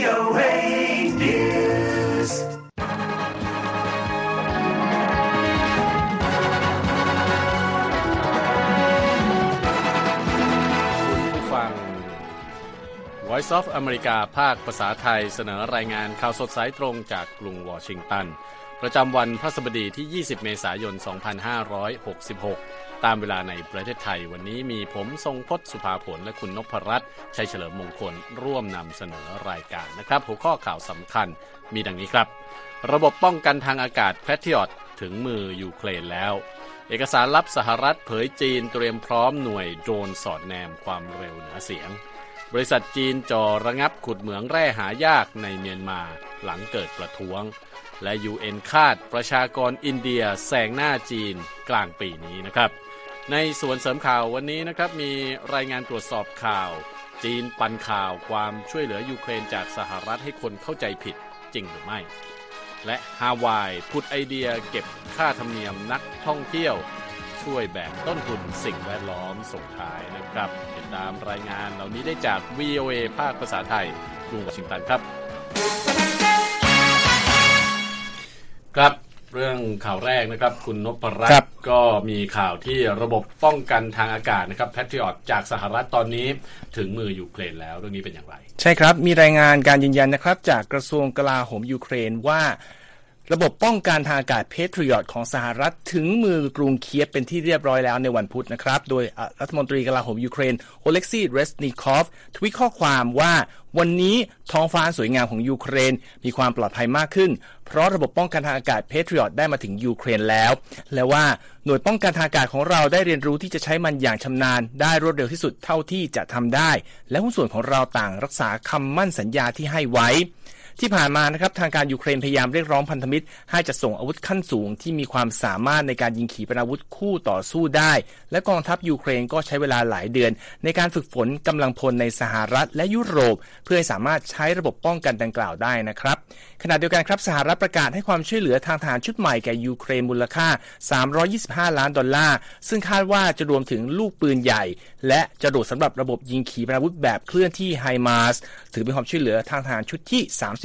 VOA News Voice of America ภาคภาษาไทยเสนอรายงานข่าวสดสายตรงจากกรุงวอชิงตันประจำวันพฤหัสบดีที่20เมษายน2566ตามเวลาในประเทศไทยวันนี้มีผมทรงพจน์สุภาผลและคุณนพรัตน์ชัยเฉลิมมงคลร่วมนำเสนอรายการนะครับหัวข้อข่าวสำคัญมีดังนี้ครับระบบป้องกันทางอากาศ Patriot ถึงมือยูเครนแล้วเอกสารลับสหรัฐเผยจีนเตรียมพร้อมหน่วยโดรนสอดแนมความเร็วเหนือเสียงบริษัทจีนจ่อระงับขุดเหมืองแร่หายากในเมียนมาหลังเกิดประท้วงและ UN คาดประชากรอินเดียแซงหน้าจีนกลางปีนี้นะครับในส่วนเสริมข่าววันนี้นะครับมีรายงานตรวจสอบข่าวจีนปั่นข่าวความช่วยเหลือยูเครนจากสหรัฐให้คนเข้าใจผิดจริงหรือไม่และฮาวายผุดไอเดียเก็บค่าธรรมเนียมนักท่องเที่ยวช่วยแบ่งต้นทุนสิ่งแวดล้อมส่งท้ายนะครับติดตามรายงานเหล่านี้ได้จาก VOA ภาคภาษาไทยกรุงวอชิงตันครับครับเรื่องข่าวแรกนะครับคุณนพรัตน์ก็มีข่าวที่ระบบป้องกันทางอากาศนะครับ Patriot จากสหรัฐตอนนี้ถึงมือยูเครนแล้วเรื่องนี้เป็นอย่างไรใช่ครับมีรายงานการยืนยันนะครับจากกระทรวงกลาโหมยูเครนว่าระบบป้องกันทางอากาศ Patriot ของสหรัฐถึงมือกรุงเคียฟเป็นที่เรียบร้อยแล้วในวันพุธนะครับโดยรัฐมนตรีกลาโหมยูเครนโอเล็กซีเรสนิคอฟทวีตข้อความว่าวันนี้ท้องฟ้าสวยงามของยูเครนมีความปลอดภัยมากขึ้นเพราะระบบป้องกันทางอากาศ Patriot ได้มาถึงยูเครนแล้วและว่าหน่วยป้องกันทางอากาศของเราได้เรียนรู้ที่จะใช้มันอย่างชำนาญได้รวดเร็วที่สุดเท่าที่จะทำได้และหุ้นส่วนของเราต่างรักษาคำมั่นสัญญาที่ให้ไว้ที่ผ่านมานะครับทางการยูเครนพยายามเรียกร้องพันธมิตรให้จัดส่งอาวุธขั้นสูงที่มีความสามารถในการยิงขีปนาวุธคู่ต่อสู้ได้และกองทัพยูเครนก็ใช้เวลาหลายเดือนในการฝึกฝนกำลังพลในสหรัฐและยุโรปเพื่อให้สามารถใช้ระบบป้องกันดังกล่าวได้นะครับขณะเดียวกันครับสหรัฐประกาศให้ความช่วยเหลือทางทหารชุดใหม่แก่ยูเครนมูลค่า$325 ล้านซึ่งคาดว่าจะรวมถึงลูกปืนใหญ่และจรวดสำหรับระบบยิงขีปนาวุธแบบเคลื่อนที่ไฮมาร์สถือเป็นความช่วยเหลือทางทหารชุดที่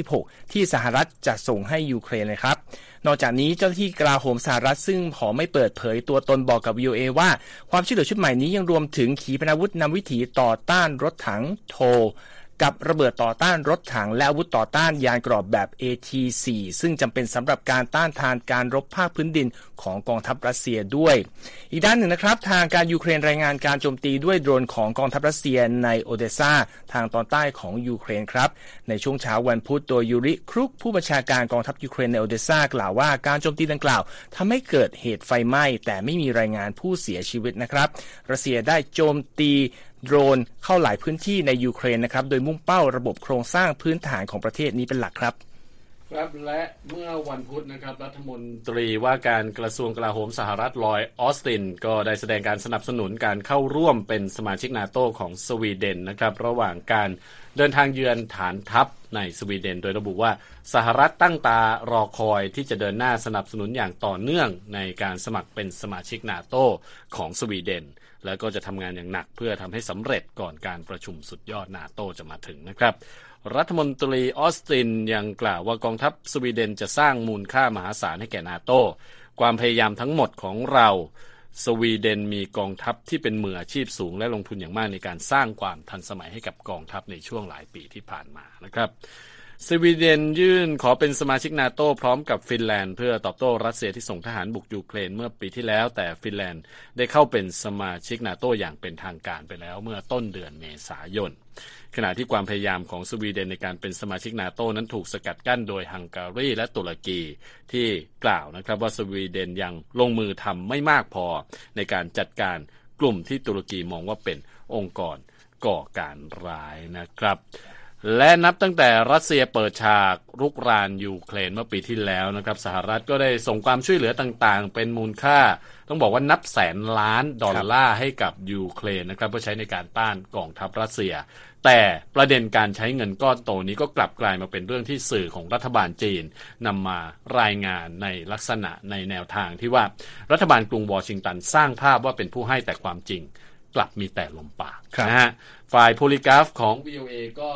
36ที่สหรัฐจะส่งให้ยูเครนเลยครับนอกจากนี้เจ้าหน้าที่กลาโหมสหรัฐซึ่งขอไม่เปิดเผยตัวตนบอกกับ VOA ว่าความช่วยเหลือชุดใหม่นี้ยังรวมถึงขีปนาวุธนำวิถีต่อต้านรถถังโทกับระเบิดต่อต้านรถถังและอาวุธต่อต้านยานเกราะแบบ AT-4 ซึ่งจำเป็นสำหรับการต้านทานการรบภาคพื้นดินของกองทัพรัสเซียด้วยอีกด้านหนึ่งนะครับทางการยูเครนรายงานการโจมตีด้วยโดรนของกองทัพรัสเซียในโอเดซาทางตอนใต้ของยูเครนครับในช่วงเช้าวันพุธโดยยูริครุกผู้บัญชาการกองทัพยูเครนในโอเดซากล่าวว่าการโจมตีดังกล่าวทำให้เกิดเหตุไฟไหม้แต่ไม่มีรายงานผู้เสียชีวิตนะครับรัสเซียได้โจมตีโดรนเข้าหลายพื้นที่ในยูเครนนะครับโดยมุ่งเป้าระบบโครงสร้างพื้นฐานของประเทศนี้เป็นหลักครับครับและเมื่อวันพุธนะครับรัฐมนตรีว่าการกระทรวงกลาโหมสหรัฐลอยออสตินก็ได้แสดงการสนับสนุนการเข้าร่วมเป็นสมาชิกนาโตของสวีเดนนะครับระหว่างการเดินทางเยือนฐานทัพในสวีเดนโดยระบุว่าสหรัฐตั้งตารอคอยที่จะเดินหน้าสนับสนุนอย่างต่อเนื่องในการสมัครเป็นสมาชิกนาโตของสวีเดนแล้วก็จะทำงานอย่างหนักเพื่อทำให้สำเร็จก่อนการประชุมสุดยอดนาโตจะมาถึงนะครับรัฐมนตรีออสตินยังกล่าวว่ากองทัพสวีเดนจะสร้างมูลค่ามหาศาลให้แก่นาโตความพยายามทั้งหมดของเราสวีเดนมีกองทัพที่เป็นมืออาชีพสูงและลงทุนอย่างมากในการสร้างความทันสมัยให้กับกองทัพในช่วงหลายปีที่ผ่านมานะครับสวีเดนยื่นขอเป็นสมาชิกนาโต้พร้อมกับฟินแลนด์เพื่อตอบโต้รัสเซียที่ส่งทหารบุกยูเครนเมื่อปีที่แล้วแต่ฟินแลนด์ได้เข้าเป็นสมาชิกนาโต้อย่างเป็นทางการไปแล้วเมื่อต้นเดือนเมษายนขณะที่ความพยายามของสวีเดนในการเป็นสมาชิกนาโต้นั้นถูกสกัดกั้นโดยฮังการีและตุรกีที่กล่าวนะครับว่าสวีเดนยังลงมือทำไม่มากพอในการจัดการกลุ่มที่ตุรกีมองว่าเป็นองค์กรก่อการร้ายนะครับและนับตั้งแต่รัสเซียเปิดฉากรุกรานยูเครนเมื่อปีที่แล้วนะครับสหรัฐก็ได้ส่งความช่วยเหลือต่างๆเป็นมูลค่าต้องบอกว่านับแสนล้านดอลลาร์ให้กับยูเครนนะครับเพื่อใช้ในการต้านกองทัพรัสเซียแต่ประเด็นการใช้เงินก้อนโตนี้ก็กลับกลายมาเป็นเรื่องที่สื่อของรัฐบาลจีนนำมารายงานในลักษณะในแนวทางที่ว่ารัฐบาลกรุงวอชิงตันสร้างภาพว่าเป็นผู้ให้แต่ความจริงกลับมีแต่ลมปากนะฮะฝ่ายโพลีกราฟของ VOA ก็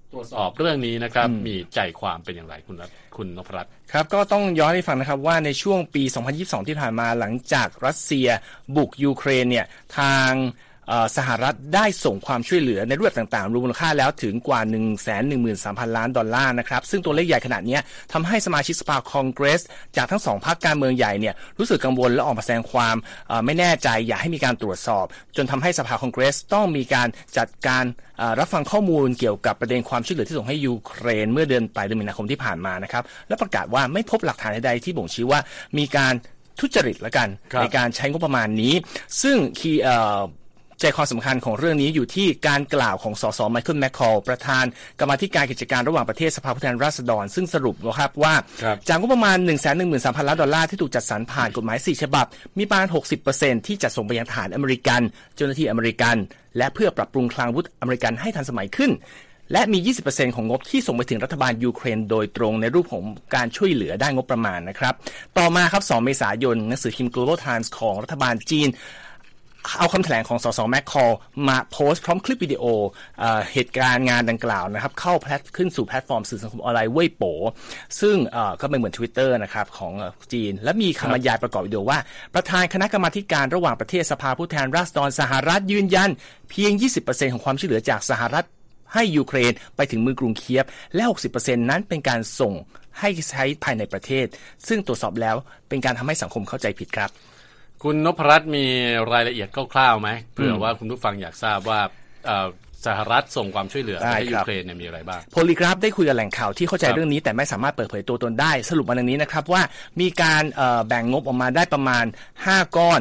ตรวจสอบเรื่องนี้นะครับมีใจความเป็นอย่างไรคุณนพรัตน์ครับก็ต้องย้อนให้ฟังนะครับว่าในช่วงปี 2022 ที่ผ่านมาหลังจากรัสเซียบุกยูเครนเนี่ยทางสหรัฐได้ส่งความช่วยเหลือในรูปแบบต่างๆรวมมูลค่าแล้วถึงกว่า 113,000 ล้านดอลลาร์นะครับซึ่งตัวเลขใหญ่ขนาดนี้ทำให้สมาชิกสภาคองเกรสจากทั้งสองพรรคการเมืองใหญ่เนี่ยรู้สึกกังวลและออกมาแสดงความไม่แน่ใจอยากให้มีการตรวจสอบจนทำให้สภาคองเกรสต้องมีการจัดการรับฟังข้อมูลเกี่ยวกับประเด็นความช่วยเหลือที่ส่งให้ยูเครนเมื่อเดือนมีนาคมที่ผ่านมานะครับและประกาศว่าไม่พบหลักฐานใดๆที่บ่งชี้ว่ามีการทุจริตละกันในการใช้งบประมาณนี้ซึ่งใจความสำคัญของเรื่องนี้อยู่ที่การกล่าวของสสไมเคิลแมคคอลประธานกรรมาธิการกิจการระหว่างประเทศสภาผู้แทนราษฎรซึ่งสรุปนะครับว่าจากงบประมาณ 113,000 ล้านดอลลาร์ที่ถูกจัดสรรผ่านกฎหมาย4ฉบับมีประมาณ 60% ที่จะส่งไปยังทหารอเมริกันเจ้าหน้าที่อเมริกันและเพื่อปรับปรุงคลังอาวุธอเมริกันให้ทันสมัยขึ้นและมี 20% ของงบที่ส่งไปถึงรัฐบาลยูเครนโดยตรงในรูปของการช่วยเหลือด้านงบประมาณนะครับต่อมาครับ2 เมษายนหนังสือพิมพ์ Global Times ของรัฐบาลจีนเอาคำแถลงของสสแมคคอลมาโพสต์พร้อมคลิปวิดีโอเหตุการณ์งานดังกล่าวนะครับขึ้นสู่แพลตฟอร์มสื่อสังคมออนไลน์เว่ยโป๋ซึ่งก็เป็นเหมือน Twitter นะครับของจีนและมีคำบรรยายประกอบวิดีโอว่าประธานคณะกรรมาการระหว่างประเทศสภาผู้แทนราษฎรสหรัฐยืนยันเพียง 20% ของความช่วยเหลือจากสหรัฐให้ยูเครนไปถึงมือกรุงเคียฟและ 60% นั้นเป็นการส่งให้ใช้ภายในประเทศซึ่งตรวจสอบแล้วเป็นการทำให้สังคมเข้าใจผิดครับคุณนพรัตน์มีรายละเอียดคร่าวๆไหมเผื่อว่าคุณผู้ฟังอยากทราบว่าสหรัฐส่งความช่วยเหลือให้ยูเครนมีอะไรบ้างโพลีกราฟได้คุยกับแหล่งข่าวที่เข้าใจเรื่องนี้แต่ไม่สามารถเปิดเผยตัวตนได้สรุปมาดังนี้นะครับว่ามีการแบ่งงบออกมาได้ประมาณ5ก้อน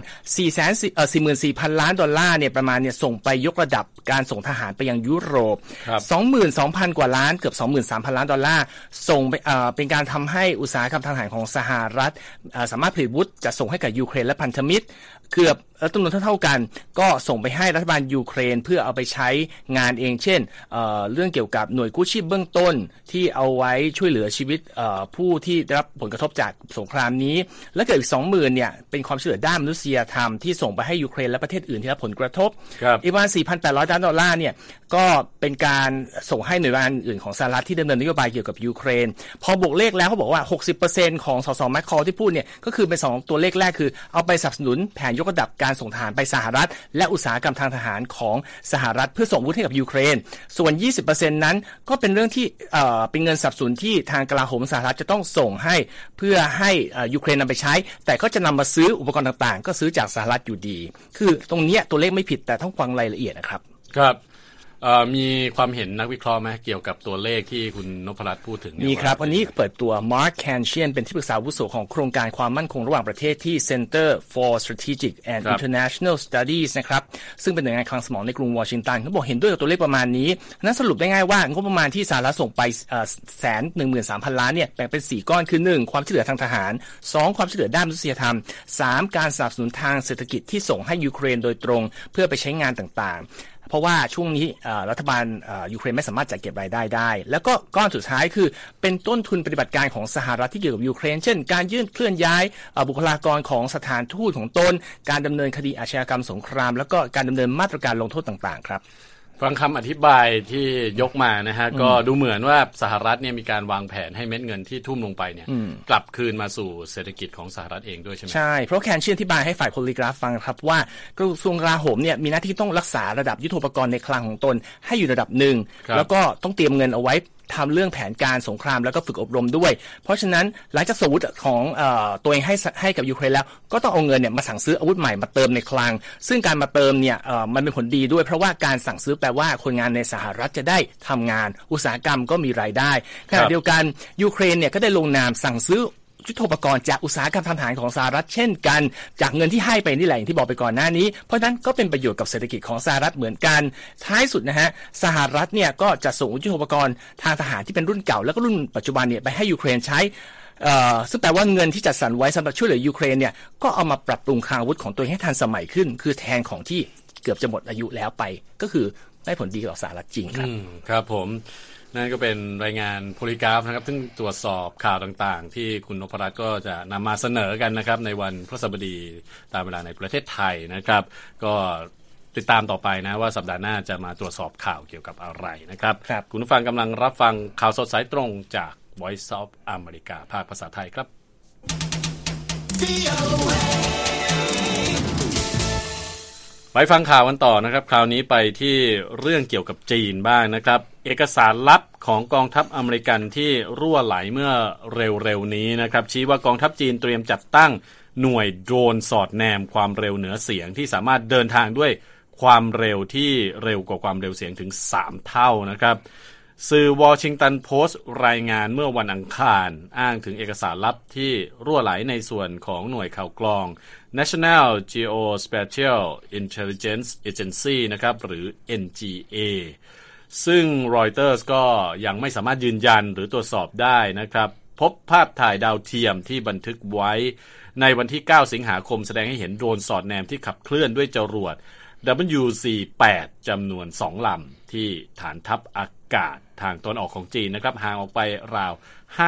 44,000 ล้านดอลลาร์เนี่ยประมาณเนี่ยส่งไปยกระดับการส่งทหารไปยังยุโรป 22,000 กว่าล้านเกือบ 23,000 ล้านดอลลาร์ส่งไปเป็นการทำให้อุตสาหกรรมทางทหารของสหรัฐสามารถผลิตอาวุธจะส่งให้กับยูเครนและพันธมิตรเกือบจำนวนเท่ากันก็ส่งไปให้รัฐบาลยูเครนเพื่อเอาไปใช้งานเองเช่นเรื่องเกี่ยวกับหน่วยกู้ชีพเบื้องต้นที่เอาไว้ช่วยเหลือชีวิตผู้ที่ได้รับผลกระทบจากสงครามนี้และเกิดอีก 20,000 เนี่ยเป็นความช่วยเหลือด้านมนุษยธรรมที่ส่งไปให้ยูเครนและประเทศอื่นที่รับผลกระทบอีกประมาณ 4,800 ล้านดอลลาร์เนี่ยก็เป็นการส่งให้หน่วยงานอื่นของสหรัฐที่ดำเนินนโยบายเกี่ยวกับยูเครนพอบวกเลขแล้วเขาบอกว่า 60% ของสสแมคคอลที่พูดเนี่ยก็คือเป็น2ตัวเลขแรกคือเอาไปสนับสนุนแผนยกระดับการส่งทหารไปสหรัฐและอุตสาหกรรมทางทหารของสหรัฐเพื่อส่งอาวุธให้กับยูเครนส่วน 20% นั้นก็เป็นเรื่องที่เป็นเงินสนับสนุนที่ทางกลาโหมสหรัฐจะต้องส่งให้เพื่อให้ยูเครนนำไปใช้แต่ก็จะนำมาซื้ออุปกรณ์ต่างๆก็ซื้อจากสหรัฐอยู่ดีคือตรงนี้ตัวเลขไม่ผิดแต่ต้องฟังรายละเอียดนะครับครับมีความเห็นนักวิเคราะห์ไหมเกี่ยวกับตัวเลขที่คุณนพรัตน์พูดถึงมีครับวันนี้เปิดตัว Mark Cancian เป็นที่ปรึกษาอาวุโสของโครงการความมั่นคงระหว่างประเทศที่ Center for Strategic and International Studies นะครับซึ่งเป็นหน่วยงานคลังสมองในกรุงวอชิงตันเขาบอกเห็นด้วยกับตัวเลขประมาณนี้นั้นสรุปได้ง่ายว่างบประมาณที่สหรัฐส่งไป113,000 ล้านเนี่ยแบ่งเป็น4ก้อนคือ1ความช่วยเหลือทางทหาร2ความช่วยเหลือด้านมนุษยธรรม3การสนับสนุนทางเศรษฐกิจที่ส่งให้ยูเครนโดยตรงเพื่อไปใช้งานต่างๆเพราะว่าช่วงนี้รัฐบาลยูเครนไม่สามารถจัดเก็บรายได้ได้แล้วก็ก้อนสุดท้ายคือเป็นต้นทุนปฏิบัติการของสหรัฐที่เกี่ยวกับยูเครนเช่นการเคลื่อนย้ายบุคลากรของสถานทูตของตนการดำเนินคดีอาชญากรรมสงครามแล้วก็การดำเนินมาตรการลงโทษต่างๆครับฟังคำอธิบายที่ยกมานะฮะก็ดูเหมือนว่าสหรัฐเนี่ยมีการวางแผนให้เม็ดเงินที่ทุ่มลงไปเนี่ยกลับคืนมาสู่เศรษฐกิจของสหรัฐเองด้วยใช่ไหมใช่เพราะแคนเชียนอธิบายให้ฝ่ายโพลีกราฟฟังครับว่ากระทรวงกลาโหมเนี่ยมีหน้าที่ต้องรักษาระดับยุทโธปกรณ์ในคลังของตนให้อยู่ระดับหนึ่งแล้วก็ต้องเตรียมเงินเอาไว้ทำเรื่องแผนการสงครามแล้วก็ฝึกอบรมด้วยเพราะฉะนั้นหลังจากส่งอาวุธของตัวเองให้กับยูเครนแล้วก็ต้องเอาเงินเนี่ยมาสั่งซื้ออาวุธใหม่มาเติมในคลังซึ่งการมาเติมเนี่ยมันเป็นผลดีด้วยเพราะว่าการสั่งซื้อแปลว่าคนงานในสหรัฐจะได้ทำงานอุตสาหกรรมก็มีรายได้ขณะเดียวกันยูเครนเนี่ยก็ได้ลงนามสั่งซื้อยุทโธปกรณ์จากอุตสาหกรรมทางทหารของสหรัฐเช่นกันจากเงินที่ให้ไปนี่แหละอย่างที่บอกไปก่อนหน้านี้เพราะฉะนั้นก็เป็นประโยชน์กับเศรษฐกิจของสหรัฐเหมือนกันท้ายสุดนะฮะสหรัฐเนี่ยก็จะส่งยุทโธปกรณ์ทางทหารที่เป็นรุ่นเก่าแล้วก็รุ่นปัจจุบันเนี่ยไปให้ยูเครนใช้ซึ่งแปลว่าเงินที่จัดสรรไว้สำหรับช่วยเหลือยูเครนเนี่ยก็เอามาปรับปรุงคลังอาวุธของตัวเองให้ทันสมัยขึ้นคือแทนของที่เกือบจะหมดอายุแล้วไปก็คือได้ผลดีกับสหรัฐจริงครับครับผมนั่นก็เป็นรายงานโพลีกราฟนะครับซึ่งตรวจสอบข่าวต่างๆที่คุณนพรัตน์ก็จะนำมาเสนอกันนะครับในวันพฤหัสบดีตามเวลาในประเทศไทยนะครับก็ติดตามต่อไปนะว่าสัปดาห์หน้าจะมาตรวจสอบข่าวเกี่ยวกับอะไรนะครับครับคุณผู้ฟังกำลังรับฟังข่าวสดสายตรงจาก Voice of America ภาคภาษาไทยครับไปฟังข่าวกันต่อนะครับคราวนี้ไปที่เรื่องเกี่ยวกับจีนบ้างนะครับเอกสารลับของกองทัพอเมริกันที่รั่วไหลเมื่อเร็วๆนี้นะครับชี้ว่ากองทัพจีนเตรียมจัดตั้งหน่วยโดรนสอดแนมความเร็วเหนือเสียงที่สามารถเดินทางด้วยความเร็วที่เร็วกว่าความเร็วเสียงถึง3เท่านะครับสื่อวอชิงตันโพสต์รายงานเมื่อวันอังคารอ้างถึงเอกสารลับที่รั่วไหลในส่วนของหน่วยข่าวกรอง National Geospatial Intelligence Agency นะครับหรือ NGA ซึ่ง Reuters ก็ยังไม่สามารถยืนยันหรือตรวจสอบได้นะครับพบภาพถ่ายดาวเทียมที่บันทึกไว้ในวันที่9สิงหาคมแสดงให้เห็นโดรนสอดแนมที่ขับเคลื่อนด้วยจรวด WC-8 จำนวน2ลำที่ฐานทัพอากาศทางตะวันออกของจีนนะครับห่างออกไปราว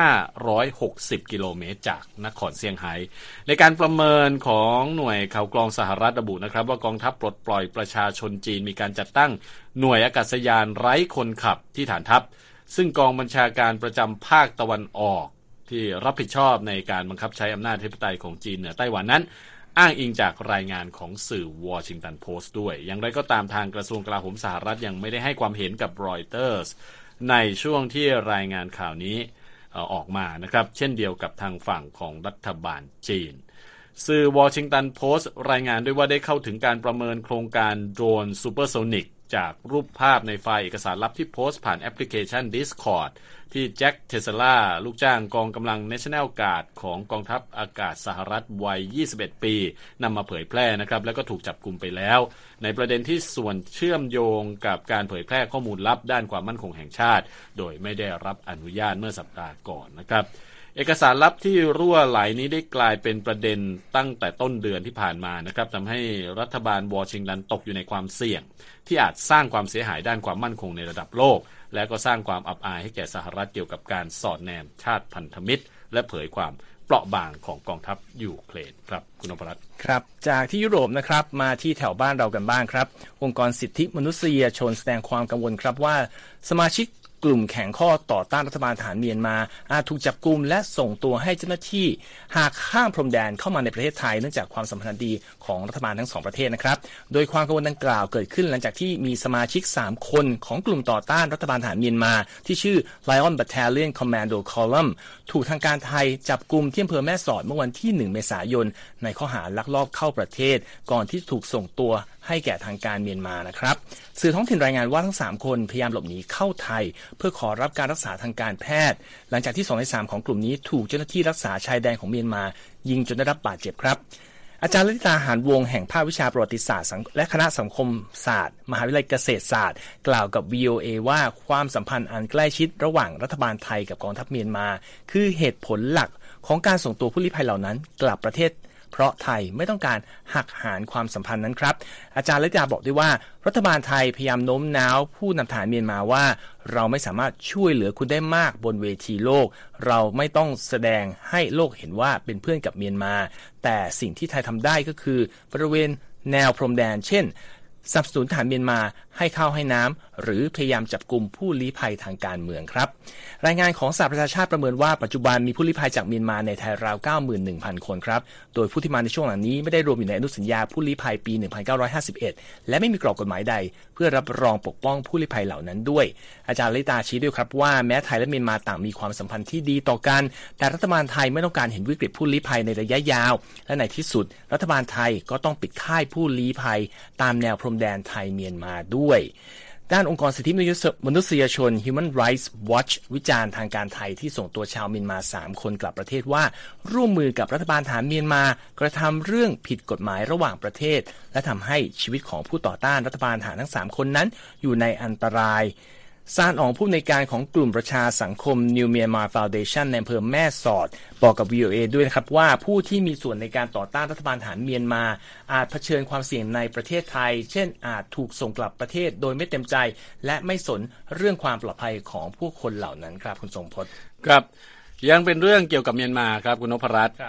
560กิโลเมตรจากนครเซี่ยงไฮ้ในการประเมินของหน่วยข่าวกรองสหรัฐระบุนะครับว่ากองทัพปลดปล่อยประชาชนจีนมีการจัดตั้งหน่วยอากาศยานไร้คนขับที่ฐานทัพซึ่งกองบัญชาการประจำภาคตะวันออกที่รับผิดชอบในการบังคับใช้อำนาจอธิปไตยของจีนเหนือไต้หวันนั้นอ้างอิงจากรายงานของสื่อวอชิงตันโพสต์ด้วยอย่างไรก็ตามทางกระทรวงกลาโหมสหรัฐยังไม่ได้ให้ความเห็นกับรอยเตอร์สในช่วงที่รายงานข่าวนี้ออกมานะครับเช่นเดียวกับทางฝั่งของรัฐบาลจีนสื่อวอชิงตันโพสต์รายงานด้วยว่าได้เข้าถึงการประเมินโครงการโดรนซูเปอร์โซนิกจากรูปภาพในไฟล์เอกสารลับที่โพสต์ผ่านแอปพลิเคชัน Discord ที่แจ็คเทสลาลูกจ้างกองกำลัง National Guard ของกองทัพอากาศสหรัฐวัย21ปีนำมาเผยแพร่นะครับแล้วก็ถูกจับกุมไปแล้วในประเด็นที่ส่วนเชื่อมโยงกับการเผยแพร่ข้อมูลลับด้านความมั่นคงแห่งชาติโดยไม่ได้รับอนุญาตเมื่อสัปดาห์ก่อนนะครับเอกสารลับที่รั่วไหลนี้ได้กลายเป็นประเด็นตั้งแต่ต้นเดือนที่ผ่านมานะครับทำให้รัฐบาลวอชิงตันตกอยู่ในความเสี่ยงที่อาจสร้างความเสียหายด้านความมั่นคงในระดับโลกและก็สร้างความอับอายให้แก่สหรัฐเกี่ยวกับการสอดแนมชาติพันธมิตรและเผยความเปราะบางของกองทัพยูเครนครับคุณนพรัตน์ครับจากที่ยุโรปนะครับมาที่แถวบ้านเรากันบ้างครับองค์กรสิทธิมนุษยชนแสดงความกังวลครับว่าสมาชิกกลุ่มแข่งข้อต่อต้านรัฐบาลทหารเมียนมาอาจถูกจับกุมและส่งตัวให้เจ้าหน้าที่หากข้ามพรมแดนเข้ามาในประเทศไทยเนื่องจากความสัมพันธ์ดีของรัฐบาลทั้งสองประเทศนะครับโดยความกังวลดังกล่าวเกิดขึ้นหลังจากที่มีสมาชิก3คนของกลุ่มต่อต้านรัฐบาลทหารเมียนมาที่ชื่อ Lion Battalion Commando Column ถูกทางการไทยจับกุมที่อำเภอแม่สอดเมื่อวันที่1เมษายนในข้อหาลักลอบเข้าประเทศก่อนที่ถูกส่งตัวให้แก่ทางการเมียนมานะครับสื่อท้องถิ่นรายงานว่าทั้ง3คนพยายามหลบหนีเข้าไทยเพื่อขอรับการรักษาทางการแพทย์หลังจากที่2ใน3ของกลุ่มนี้ถูกเจ้าหน้าที่รักษาชายแดนของเมียนมายิงจนได้รับบาดเจ็บครับอาจารย์ลลิตาหารวงศ์แห่งภาควิชาประวัติศาสตร์และคณะสังคมศาสตร์มหาวิทยาลัยเกษตรศาสตร์กล่าวกับ VOA ว่าความสัมพันธ์อันใกล้ชิดระหว่างรัฐบาลไทยกับกองทัพเมียนมาคือเหตุผลหลักของการส่งตัวผู้ลี้ภัยเหล่านั้นกลับประเทศเพราะไทยไม่ต้องการหักหานความสัมพันธ์นั้นครับอาจารย์ลลิตาบอกด้วยว่ารัฐบาลไทยพยายามโน้มน้าวผู้นำทหารเมียนมาว่าเราไม่สามารถช่วยเหลือคุณได้มากบนเวทีโลกเราไม่ต้องแสดงให้โลกเห็นว่าเป็นเพื่อนกับเมียนมาแต่สิ่งที่ไทยทำได้ก็คือบริเวณแนวพรมแดนเช่นสนับสนุนทหารเมียนมาให้ข้าวให้น้ำหรือพยายามจับกุมผู้ลี้ภัยทางการเมืองครับรายงานของสหประชาชาติประเมินว่าปัจจุบันมีผู้ลี้ภัยจากเมียนมาในไทยราว 91,000 คนครับโดยผู้ที่มาในช่วงหลังนี้ไม่ได้รวมอยู่ในอนุสัญญาผู้ลี้ภัยปี 1951 และไม่มีกรอบกฎหมายใดเพื่อรับรองปกป้องผู้ลี้ภัยเหล่านั้นด้วยอาจารย์ลิตาชี้ด้วยครับว่าแม้ไทยและเมียนมาต่างมีความสัมพันธ์ที่ดีต่อกันแต่รัฐบาลไทยไม่ต้องการเห็นวิกฤตผู้ลี้ภัยในระยะยาวและในที่สุดรัฐบาลไทยก็ต้องปิดค่ายผู้ลี้ภัยตามแนวพรมแดนไทยเมียนมาด้วยด้านองค์กรสิทธิมนุษยชน Human Rights Watch วิจารณ์ทางการไทยที่ส่งตัวชาวเมียนมา3คนกลับประเทศว่าร่วมมือกับรัฐบาลทหารเมียนมากระทำเรื่องผิดกฎหมายระหว่างประเทศและทำให้ชีวิตของผู้ต่อต้านรัฐบาลทหารทั้ง3คนนั้นอยู่ในอันตรายซานอ๋องผู้อำนวยการของกลุ่มประชาสังคม New Myanmar Foundation ในอำเภอแม่สอดบอกกับ VOA ด้วยนะครับว่าผู้ที่มีส่วนในการต่อต้านรัฐบาลทหารเมียนมาอาจเผชิญความเสี่ยงในประเทศไทยเช่นอาจถูกส่งกลับประเทศโดยไม่เต็มใจและไม่สนเรื่องความปลอดภัยของผู้คนเหล่านั้นครับคุณทรงพจน์ครับยังเป็นเรื่องเกี่ยวกับเมียนมาครับคุณนพรัตน์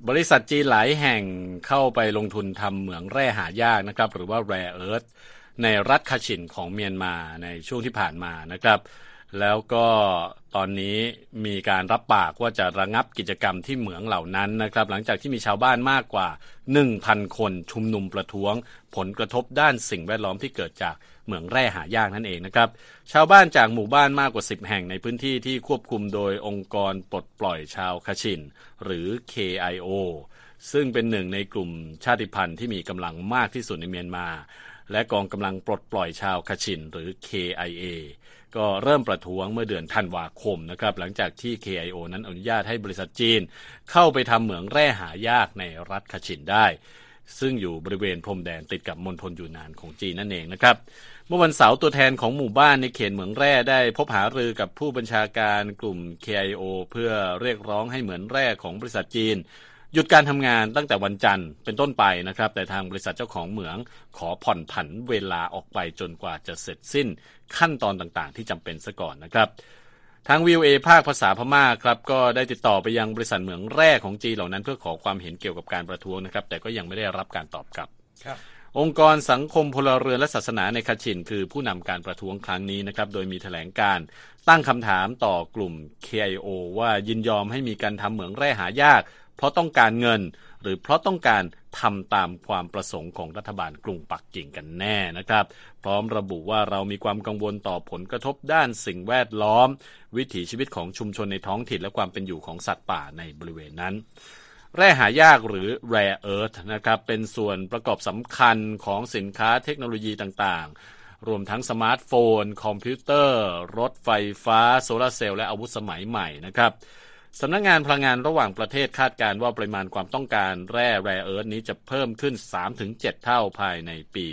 บริษัทจีนหลายแห่งเข้าไปลงทุนทำเหมืองแร่หายากนะครับหรือว่า Rare Earth ในรัฐคาชินของเมียนมาในช่วงที่ผ่านมานะครับแล้วก็ตอนนี้มีการรับปากว่าจะระงับกิจกรรมที่เหมืองเหล่านั้นนะครับหลังจากที่มีชาวบ้านมากกว่า 1,000 คนชุมนุมประท้วงผลกระทบด้านสิ่งแวดล้อมที่เกิดจากเหมืองแร่หายากนั่นเองนะครับชาวบ้านจากหมู่บ้านมากกว่า10แห่งในพื้นที่ที่ควบคุมโดยองค์กรปลดปล่อยชาวคาชินหรือ KIO ซึ่งเป็นหนึ่งในกลุ่มชาติพันธุ์ที่มีกำลังมากที่สุดในเมียนมาและกองกำลังปลดปล่อยชาวคาชินหรือ KIA ก็เริ่มประท้วงเมื่อเดือนธันวาคมนะครับหลังจากที่ KIO นั้นอนุญาตให้บริษัทจีนเข้าไปทำเหมืองแร่หายากในรัฐคาชินได้ซึ่งอยู่บริเวณพรมแดนติดกับมณฑลยูนานของจีนนั่นเองนะครับเมื่อวันเสาร์ตัวแทนของหมู่บ้านในเขตเหมืองแร่ได้พบหารือกับผู้บัญชาการกลุ่ม KIO เพื่อเรียกร้องให้เหมืองแร่ของบริษัทจีนหยุดการทำงานตั้งแต่วันจันทร์เป็นต้นไปนะครับแต่ทางบริษัทเจ้าของเหมืองขอผ่อนผันเวลาออกไปจนกว่าจะเสร็จสิ้นขั้นตอนต่างๆที่จำเป็นซะก่อนนะครับทาง VOA ภาคภาษาพม่าครับก็ได้ติดต่อไปยังบริษัทเหมืองแร่ของจีนเหล่านั้นเพื่อขอความเห็นเกี่ยวกับการประท้วงนะครับแต่ก็ยังไม่ได้รับการตอบกลับองค์กรสังคมพลเรือนและศาสนาในคาชินคือผู้นำการประท้วงครั้งนี้นะครับโดยมีแถลงการตั้งคำถามต่อกลุ่ม KIO ว่ายินยอมให้มีการทำเหมืองแร่หายากเพราะต้องการเงินหรือเพราะต้องการทำตามความประสงค์ของรัฐบาลกรุงปักกิ่งกันแน่นะครับพร้อมระบุว่าเรามีความกังวลต่อผลกระทบด้านสิ่งแวดล้อมวิถีชีวิตของชุมชนในท้องถิ่นและความเป็นอยู่ของสัตว์ป่าในบริเวณนั้นแร่หายากหรือ Rare Earth นะครับเป็นส่วนประกอบสำคัญของสินค้าเทคโนโลยีต่างๆรวมทั้งสมาร์ทโฟนคอมพิวเตอร์รถไฟฟ้าโซลาร์เซลล์และอาวุธสมัยใหม่นะครับสำนักงานพลังงานระหว่างประเทศคาดการณ์ว่าปริมาณความต้องการแร่ Rare Earth นี้จะเพิ่มขึ้น 3-7 เท่าภายในปี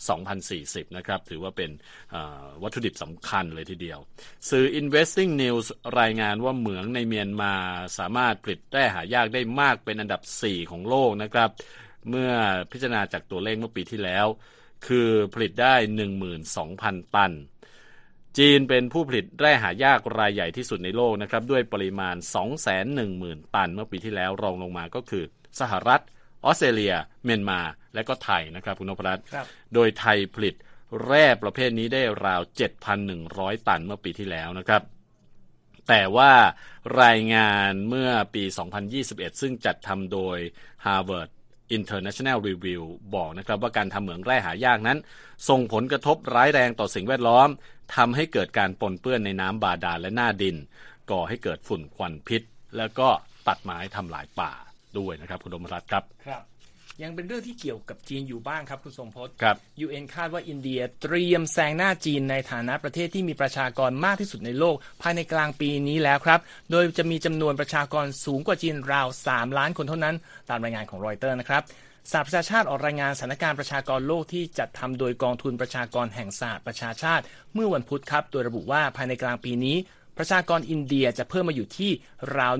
2040 นะครับถือว่าเป็นวัตถุดิบสำคัญเลยทีเดียวสื่อ Investing News รายงานว่าเหมืองในเมียนมาสามารถผลิตแร่หายากได้มากเป็นอันดับ 4 ของโลกนะครับเมื่อพิจารณาจากตัวเลขเมื่อปีที่แล้วคือผลิตได้ 12,000 ตันจีนเป็นผู้ผลิตแร่หายากรายใหญ่ที่สุดในโลกนะครับด้วยปริมาณ 210,000 ตันเมื่อปีที่แล้วรองลงมาก็คือสหรัฐออสเตรเลียเมียนมาและก็ไทยนะครับคุณนพรัตน์โดยไทยผลิตแร่ประเภทนี้ได้ราว 7,100 ตันเมื่อปีที่แล้วนะครับแต่ว่ารายงานเมื่อปี 2021 ซึ่งจัดทำโดย Harvard International Review บอกนะครับว่าการทำเหมืองแร่หายากนั้นส่งผลกระทบร้ายแรงต่อสิ่งแวดล้อมทำให้เกิดการปนเปื้อนในน้ำบาดาลและหน้าดินก่อให้เกิดฝุ่นควันพิษแล้วก็ตัดไม้ทำลายป่าด้วยนะครับคุณดมรัตน์ครับยังเป็นเรื่องที่เกี่ยวกับจีนอยู่บ้างครับคุณทรงพจน์ UN คาดว่าอินเดียเตรียมแซงหน้าจีนในฐานะประเทศที่มีประชากรมากที่สุดในโลกภายในกลางปีนี้แล้วครับโดยจะมีจำนวนประชากรสูงกว่าจีนราว3 ล้านคนเท่านั้นตามรายงานของรอยเตอร์นะครับสหประชาชาติออกรายงานสถานการณ์ประชากรโลกที่จัดทำโดยกองทุนประชากรแห่งสหประชาชาติเมื่อวันพุธครับโดยระบุว่าภายในกลางปีนี้ประชากรอินเดียจะเพิ่มมาอยู่ที่ราว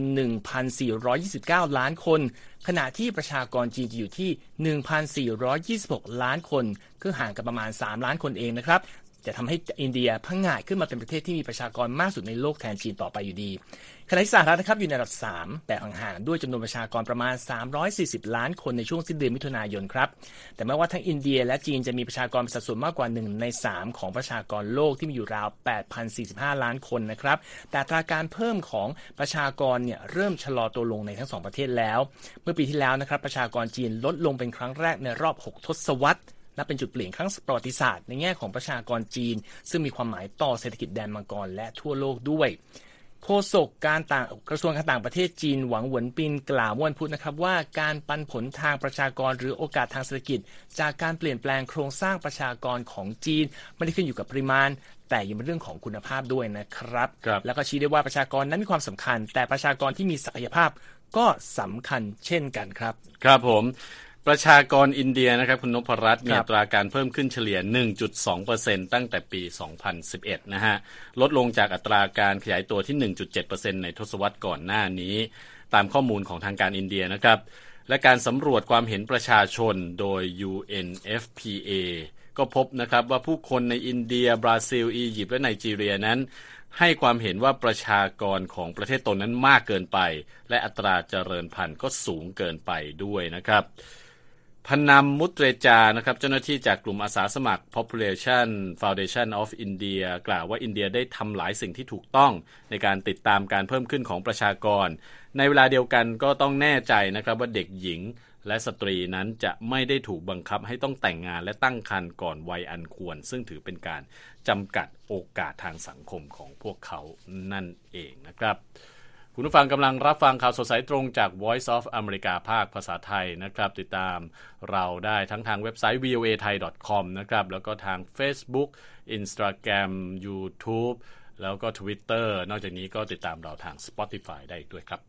1,429 ล้านคนขณะที่ประชากรจีนจะอยู่ที่ 1,426 ล้านคนคือห่างกันประมาณ3 ล้านคนเองนะครับจะทำให้อินเดียพังงาดขึ้นมาเป็นประเทศที่มีประชากรมากสุดในโลกแทนจีนต่อไปอยู่ดีขณะที่สหรัฐนะครับอยู่ในอันดับ3แต่ห่างๆด้วยจำนวนประชากรประมาณ340ล้านคนในช่วงสิ้นเดือนมิถุนายนครับแต่แม้ว่าทั้งอินเดียและจีนจะมีประชากรเป็นสัดส่วนมากกว่า1 ใน 3ของประชากรโลกที่มีอยู่ราว 8,045 ล้านคนนะครับแต่อัตราการเพิ่มของประชากรเนี่ยเริ่มชะลอตัวลงในทั้ง2ประเทศแล้วเมื่อปีที่แล้วนะครับประชากรจีนลดลงเป็นครั้งแรกในรอบ6 ทศวรรษนับเป็นจุดเปลี่ยนครั้งประวัติศาสตร์ในแง่ของประชากรจีนซึ่งมีความหมายต่อเศรษฐกิจแดนมังกรและทั่วโลกด้วยโฆษกกระทรวงการต่างประเทศจีนหวังเหวินปินกล่าวเมื่อวันพุธนะครับว่าการปันผลทางประชากรหรือโอกาสทางเศรษฐกิจจากการเปลี่ยนแปลงโครงสร้างประชากรของจีนไม่ได้ขึ้นอยู่กับปริมาณแต่ยังเป็นเรื่องของคุณภาพด้วยนะครับแล้วก็ชี้ได้ว่าประชากรนั้นมีความสำคัญแต่ประชากรที่มีศักยภาพก็สำคัญเช่นกันครับครับผมประชากรอินเดียนะครับคุณนพรัตน์มีอัตราการเพิ่มขึ้นเฉลี่ย 1.2% ตั้งแต่ปี 2011 นะฮะลดลงจากอัตราการขยายตัวที่ 1.7% ในทศวรรษก่อนหน้านี้ตามข้อมูลของทางการอินเดียนะครับและการสำรวจความเห็นประชาชนโดย UNFPA ก็พบนะครับว่าผู้คนในอินเดียบราซิลอียิปต์และไนจีเรียนั้นให้ความเห็นว่าประชากรของประเทศตนนั้นมากเกินไปและอัตราเจริญพันธุ์ก็สูงเกินไปด้วยนะครับพนัมมุตเรจานะครับเจ้าหน้าที่จากกลุ่มอาสาสมัคร Population Foundation of India กล่าวว่าอินเดียได้ทำหลายสิ่งที่ถูกต้องในการติดตามการเพิ่มขึ้นของประชากรในเวลาเดียวกันก็ต้องแน่ใจนะครับว่าเด็กหญิงและสตรีนั้นจะไม่ได้ถูกบังคับให้ต้องแต่งงานและตั้งครรภ์ก่อนวัยอันควรซึ่งถือเป็นการจำกัดโอกาสทางสังคมของพวกเขานั่นเองนะครับคุณผู้ฟังกำลังรับฟังข่าวสดสายตรงจาก Voice of America ภาคภาษาไทยนะครับติดตามเราได้ทั้งทางเว็บไซต์ voathai.com นะครับแล้วก็ทาง Facebook Instagram YouTube แล้วก็ Twitter นอกจากนี้ก็ติดตามเราทาง Spotify ได้ด้วยครับ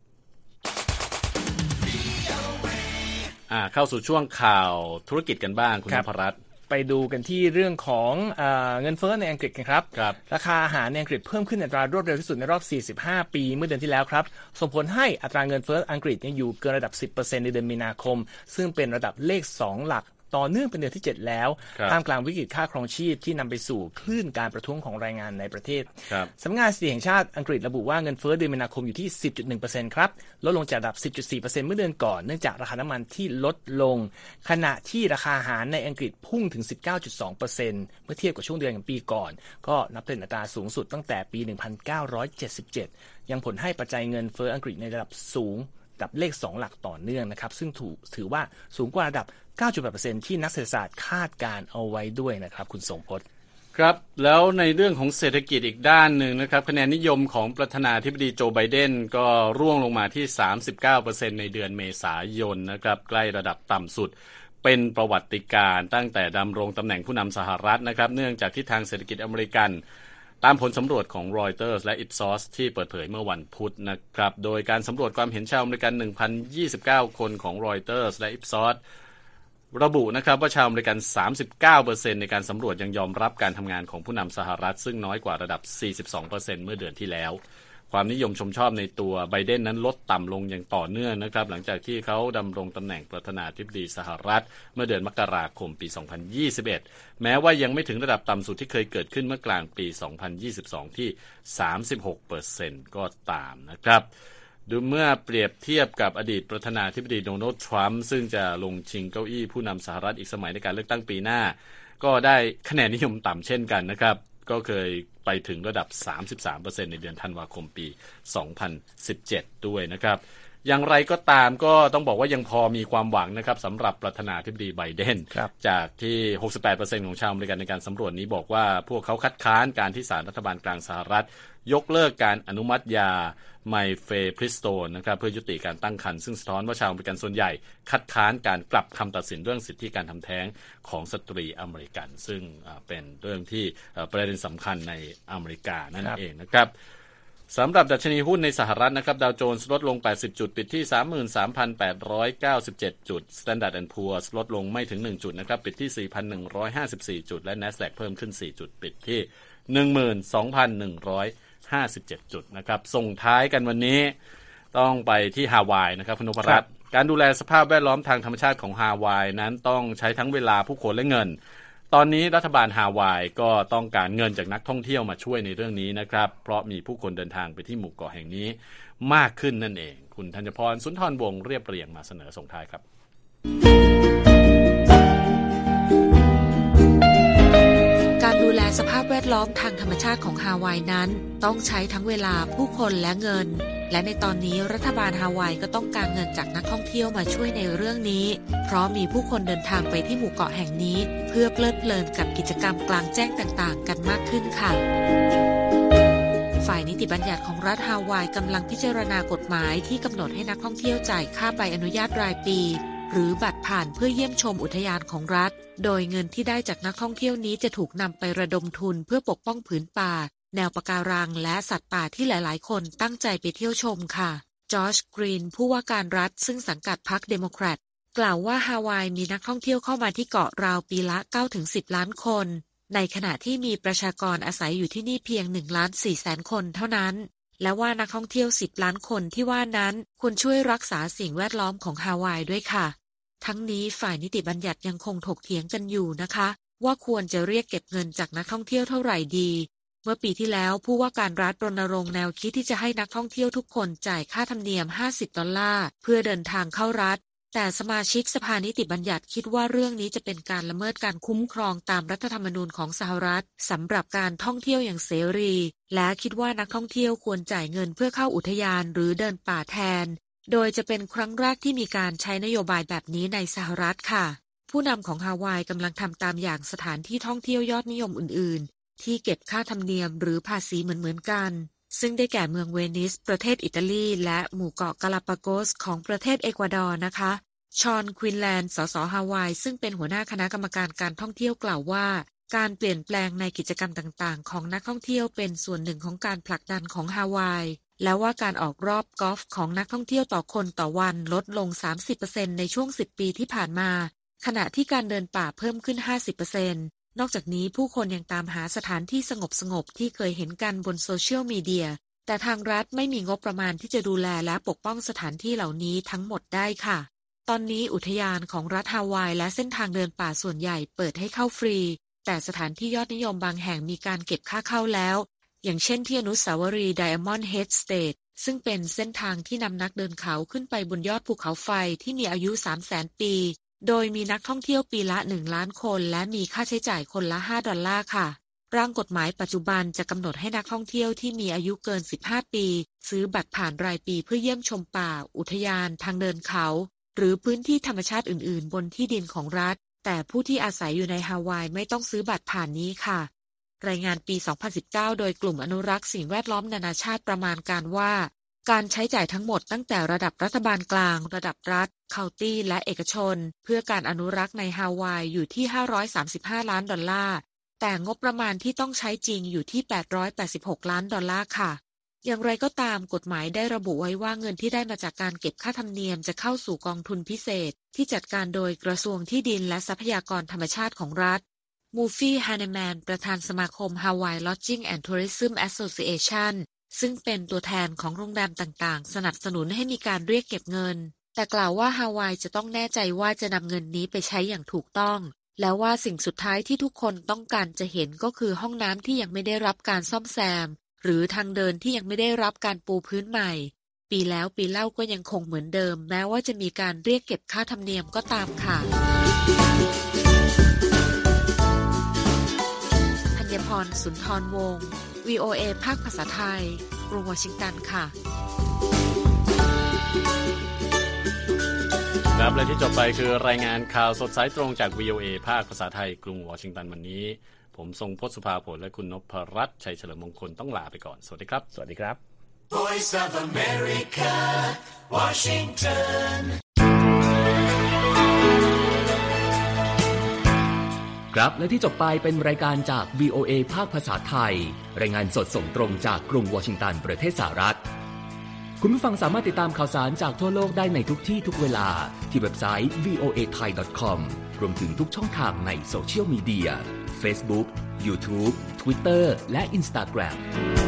เข้าสู่ช่วงข่าวธุรกิจกันบ้างคุณนพรัตน์ไปดูกันที่เรื่องของเงินเฟ้อในอังกฤษกันครับราคาอาหารในอังกฤษเพิ่มขึ้นอัตรารวดเร็วที่สุดในรอบ45ปีเมื่อเดือนที่แล้วครับส่งผลให้อัตราเงินเฟ้ออังกฤษยังอยู่เกินระดับ 10% ในเดือนมีนาคมซึ่งเป็นระดับเลข2หลักต่อเนื่องเป็นเดือนที่7แล้วท่ามกลางวิกฤตค่าครองชีพที่นำไปสู่คลื่นการประท้วงของแรงงานในประเทศสำนักงานสถิติแห่งชาติอังกฤษระบุว่าเงินเฟ้อเดือนมีนาคมอยู่ที่ 10.1% ครับลดลงจากระดับ 10.4% เมื่อเดือนก่อนเนื่องจากราคาน้ำมันที่ลดลงขณะที่ราคาอาหารในอังกฤษพุ่งถึง 19.2% เมื่อเทียบกับช่วงเดือนของปีก่อนก็นับเป็นอัตราสูงสุดตั้งแต่ปี 1977 ยังผลให้ปัจจัยเงินเฟ้ออังกฤษในระดับสูงกับเลข2หลักต่อเนื่องนะครับซึ่งถือว่าสูงกว่าระดับ 9.8% ที่นักเศรษฐศาสตร์คาดการเอาไว้ด้วยนะครับคุณทรงพจน์ครับแล้วในเรื่องของเศรษฐกิจอีกด้านหนึ่งนะครับคะแนนนิยมของประธานาธิบดีโจไบเดนก็ร่วงลงมาที่ 39% ในเดือนเมษายนนะครับใกล้ระดับต่ำสุดเป็นประวัติการณ์ตั้งแต่ดำรงตำแหน่งผู้นำสหรัฐนะครับเนื่องจากทิศทางเศรษฐกิจอเมริกันตามผลสำรวจของ Reuters และ Ipsos ที่เปิดเผยเมื่อวันพุธนะครับโดยการสำรวจความเห็นชาวอเมริกัน 1,029 คนของ Reuters และ Ipsos ระบุนะครับว่าชาวอเมริกัน 39% ในการสำรวจยังยอมรับการทำงานของผู้นำสหรัฐซึ่งน้อยกว่าระดับ 42% เมื่อเดือนที่แล้วความนิยมชมชอบในตัวไบเดนนั้นลดต่ำลงอย่างต่อเนื่องนะครับหลังจากที่เขาดำรงตำแหน่งประธานาธิบดีสหรัฐเมื่อเดือนมกราคมปี 2021 แม้ว่ายังไม่ถึงระดับต่ำสุดที่เคยเกิดขึ้นเมื่อกลางปี 2022 ที่ 36% ก็ตามนะครับดูเมื่อเปรียบเทียบกับอดีตประธานาธิบดีโดนัลด์ทรัมป์ซึ่งจะลงชิงเก้าอี้ผู้นำสหรัฐอีกสมัยในการเลือกตั้งปีหน้าก็ได้คะแนนนิยมต่ำเช่นกันนะครับก็เคยไปถึงระดับ 33% ในเดือนธันวาคมปี 2017 ด้วยนะครับอย่างไรก็ตามก็ต้องบอกว่ายังพอมีความหวังนะครับสำหรับประธานาธิบดีไบเดนจากที่ 68% ของชาวอเมริกันในการสำรวจนี้บอกว่าพวกเขาคัดค้านการที่ศาลรัฐบาลกลางสหรัฐยกเลิกการอนุมัติยาไมเฟพริสโตนนะครับเพื่อยุติการตั้งครรภ์ซึ่งสะท้อนว่าชาวอเมริกันส่วนใหญ่คัดค้านการกลับคำตัดสินเรื่องสิทธิการทำแท้งของสตรีอเมริกันซึ่งเป็นเรื่องที่ประเด็นสำคัญในอเมริกานั่นเองนะครับสำหรับดัชนีหุ้นในสหรัฐนะครับดาวโจนส์ลดลง80จุดปิดที่ 33,897 จุด Standard & Poor's ลดลงไม่ถึง1จุดนะครับปิดที่ 4,154 จุดและ NASDAQ เพิ่มขึ้น4จุดปิดที่ 12,157 จุดนะครับส่งท้ายกันวันนี้ต้องไปที่ฮาวายนะครับคุณนพรัตน์การดูแลสภาพแวดล้อมทางธรรมชาติของฮาวายนั้นต้องใช้ทั้งเวลาผู้คนและเงินตอนนี้รัฐบาลฮาวายก็ต้องการเงินจากนักท่องเที่ยวมาช่วยในเรื่องนี้นะครับเพราะมีผู้คนเดินทางไปที่หมู่เกาะแห่งนี้มากขึ้นนั่นเองคุณธัญพรสุนทรวงศ์เรียบเรียงมาเสนอส่งท้ายครับการดูแลสภาพแวดล้อมทางธรรมชาติของฮาวายนั้นต้องใช้ทั้งเวลาผู้คนและเงินและในตอนนี้รัฐบาลฮาวายก็ต้องการเงินจากนักท่องเที่ยวมาช่วยในเรื่องนี้เพราะมีผู้คนเดินทางไปที่หมู่เกาะแห่งนี้เพื่อเพลิดเพลินกับกิจกรรมกลางแจ้งต่างๆกันมากขึ้นค่ะฝ่ายนิติบัญญัติของรัฐฮาวายกำลังพิจารณากฎหมายที่กำหนดให้นักท่องเที่ยวจ่ายค่าใบอนุญาตรายปีหรือบัตรผ่านเพื่อเยี่ยมชมอุทยานของรัฐโดยเงินที่ได้จากนักท่องเที่ยวนี้จะถูกนำไประดมทุนเพื่อปกป้องผืนป่าแนวปะการังและสัตว์ป่าที่หลายๆคนตั้งใจไปเที่ยวชมค่ะจอร์จกรีนผู้ว่าการรัฐซึ่งสังกัดพรรคเดโมแครตกล่าวว่าฮาวายมีนักท่องเที่ยวเข้ามาที่เกาะราวปีละ 9-10 ล้านคนในขณะที่มีประชากรอาศัยอยู่ที่นี่เพียง 1,400,000 คนเท่านั้นและว่านักท่องเที่ยว10 ล้านคนที่ว่านั้นควรช่วยรักษาสิ่งแวดล้อมของฮาวายด้วยค่ะทั้งนี้ฝ่ายนิติบัญญัติยังคงถกเถียงกันอยู่นะคะว่าควรจะเรียกเก็บเงินจากนักท่องเที่ยวเท่าไหร่ดีเมื่อปีที่แล้วผู้ว่าการรัฐรณรงค์แนวคิดที่จะให้นักท่องเที่ยวทุกคนจ่ายค่าธรรมเนียม$50เพื่อเดินทางเข้ารัฐแต่สมาชิกสภานิติบัญญัติคิดว่าเรื่องนี้จะเป็นการละเมิดการคุ้มครองตามรัฐธรรมนูญของสหรัฐสำหรับการท่องเที่ยวอย่างเสรีและคิดว่านักท่องเที่ยวควรจ่ายเงินเพื่อเข้าอุทยานหรือเดินป่าแทนโดยจะเป็นครั้งแรกที่มีการใช้นโยบายแบบนี้ในสหรัฐค่ะผู้นำของฮาวายกำลังทำตามอย่างสถานที่ท่องเที่ยวยอดนิยมอื่นๆที่เก็บค่าธรรมเนียมหรือภาษีเหมือนกันซึ่งได้แก่เมืองเวนิสประเทศอิตาลีและหมู่เกาะกาลาปาโกสของประเทศเอกวาดอร์นะคะชอนควินแลนด์สสฮาวายซึ่งเป็นหัวหน้าคณะกรรมการการท่องเที่ยวกล่าวว่าการเปลี่ยนแปลงในกิจกรรมต่างๆของนักท่องเที่ยวเป็นส่วนหนึ่งของการผลักดันของฮาวายและว่าการออกรอบกอล์ฟของนักท่องเที่ยวต่อคนต่อวันลดลง 30% ในช่วง10 ปีที่ผ่านมาขณะที่การเดินป่าเพิ่มขึ้น 50%นอกจากนี้ผู้คนยังตามหาสถานที่สงบที่เคยเห็นกันบนโซเชียลมีเดียแต่ทางรัฐไม่มีงบประมาณที่จะดูแลและปกป้องสถานที่เหล่านี้ทั้งหมดได้ค่ะตอนนี้อุทยานของรัฐฮาวายและเส้นทางเดินป่าส่วนใหญ่เปิดให้เข้าฟรีแต่สถานที่ยอดนิยมบางแห่งมีการเก็บค่าเข้าแล้วอย่างเช่นที่อนุสาวรีย์ Diamond Head State ซึ่งเป็นเส้นทางที่นำนักเดินเขาขึ้นไปบนยอดภูเขาไฟที่มีอายุ 300,000 ปีโดยมีนักท่องเที่ยวปีละ1 ล้านคนและมีค่าใช้จ่ายคนละ$5ค่ะร่างกฎหมายปัจจุบันจะกำหนดให้นักท่องเที่ยวที่มีอายุเกิน15 ปีซื้อบัตรผ่านรายปีเพื่อเยี่ยมชมป่าอุทยานทางเดินเขาหรือพื้นที่ธรรมชาติอื่นๆบนที่ดินของรัฐแต่ผู้ที่อาศัยอยู่ในฮาวายไม่ต้องซื้อบัตรผ่านนี้ค่ะรายงานปี 2019 โดยกลุ่มอนุรักษ์สิ่งแวดล้อมนานาชาติประมาณการว่าการใช้จ่ายทั้งหมดตั้งแต่ระดับรัฐบาลกลางระดับรัฐเคานตี้และเอกชนเพื่อการอนุรักษ์ในฮาวายอยู่ที่$535 ล้านแต่งบประมาณที่ต้องใช้จริงอยู่ที่$886 ล้านค่ะอย่างไรก็ตามกฎหมายได้ระบุไว้ว่าเงินที่ได้มาจากการเก็บค่าธรรมเนียมจะเข้าสู่กองทุนพิเศษที่จัดการโดยกระทรวงที่ดินและทรัพยากรธรรมชาติของรัฐมูฟี่ฮานาแมนประธานสมาคม Hawaii Lodging and Tourism Association ซึ่งเป็นตัวแทนของโรงแรมต่างๆสนับสนุนให้มีการเรียกเก็บเงินแต่กล่าวว่าฮาวายจะต้องแน่ใจว่าจะนำเงินนี้ไปใช้อย่างถูกต้องและว่าสิ่งสุดท้ายที่ทุกคนต้องการจะเห็นก็คือห้องน้ำที่ยังไม่ได้รับการซ่อมแซมหรือทางเดินที่ยังไม่ได้รับการปูพื้นใหม่ปีแล้วปีเล่าก็ยังคงเหมือนเดิมแม้ว่าจะมีการเรียกเก็บค่าธรรมเนียมก็ตามค่ะธัญพร สุนทรวงศ์ VOA ภาคภาษาไทยกรุงวอชิงตันค่ะครับและที่จบไปคือรายงานข่าวสดสายตรงจาก VOA ภาคภาษาไทยกรุงวอชิงตันวันนี้ผมทรงพจน์สุภาผลและคุณนพรัตน์ชัยเฉลิมมงคลต้องลาไปก่อนสวัสดีครับสวัสดีครับ Voice of America Washington ครับและที่จบไปเป็นรายการจาก VOA ภาคภาษาไทยรายงานสดส่งตรงจากกรุงวอชิงตันประเทศสหรัฐคุณผู้ฟังสามารถติดตามข่าวสารจากทั่วโลกได้ในทุกที่ทุกเวลาที่เว็บไซต์ voathai.com รวมถึงทุกช่องทางในโซเชียลมีเดีย Facebook, YouTube, Twitter และ Instagram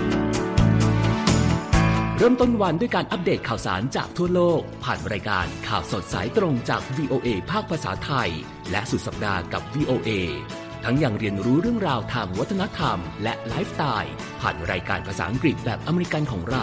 เริ่มต้นวันด้วยการอัปเดตข่าวสารจากทั่วโลกผ่านรายการข่าวสดสายตรงจาก VOA ภาคภาษาไทยและสุดสัปดาห์กับ VOA ทั้งยังเรียนรู้เรื่องราวทางวัฒนธรรมและไลฟ์สไตล์ผ่านรายการภาษาอังกฤษแบบอเมริกันของเรา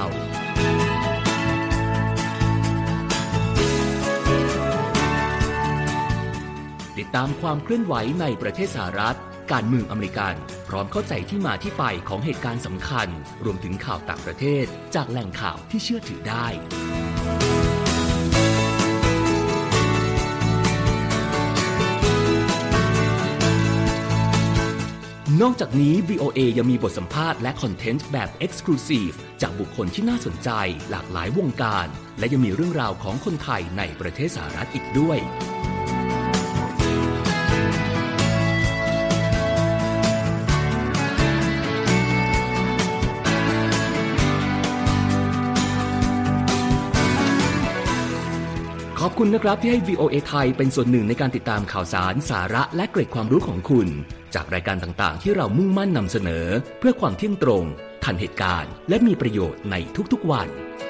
ติดตามความเคลื่อนไหวในประเทศสหรัฐการเมืองอเมริกันพร้อมเข้าใจที่มาที่ไปของเหตุการณ์สำคัญรวมถึงข่าวต่างประเทศจากแหล่งข่าวที่เชื่อถือได้นอกจากนี้ VOA ยังมีบทสัมภาษณ์และคอนเทนต์แบบ Exclusive จากบุคคลที่น่าสนใจหลากหลายวงการและยังมีเรื่องราวของคนไทยในประเทศสหรัฐอีกด้วยขอบคุณนะครับที่ให้ VOA ไทยเป็นส่วนหนึ่งในการติดตามข่าวสารสาระและเกร็ดความรู้ของคุณจากรายการต่างๆที่เรามุ่งมั่นนำเสนอเพื่อความเที่ยงตรงทันเหตุการณ์และมีประโยชน์ในทุกๆวัน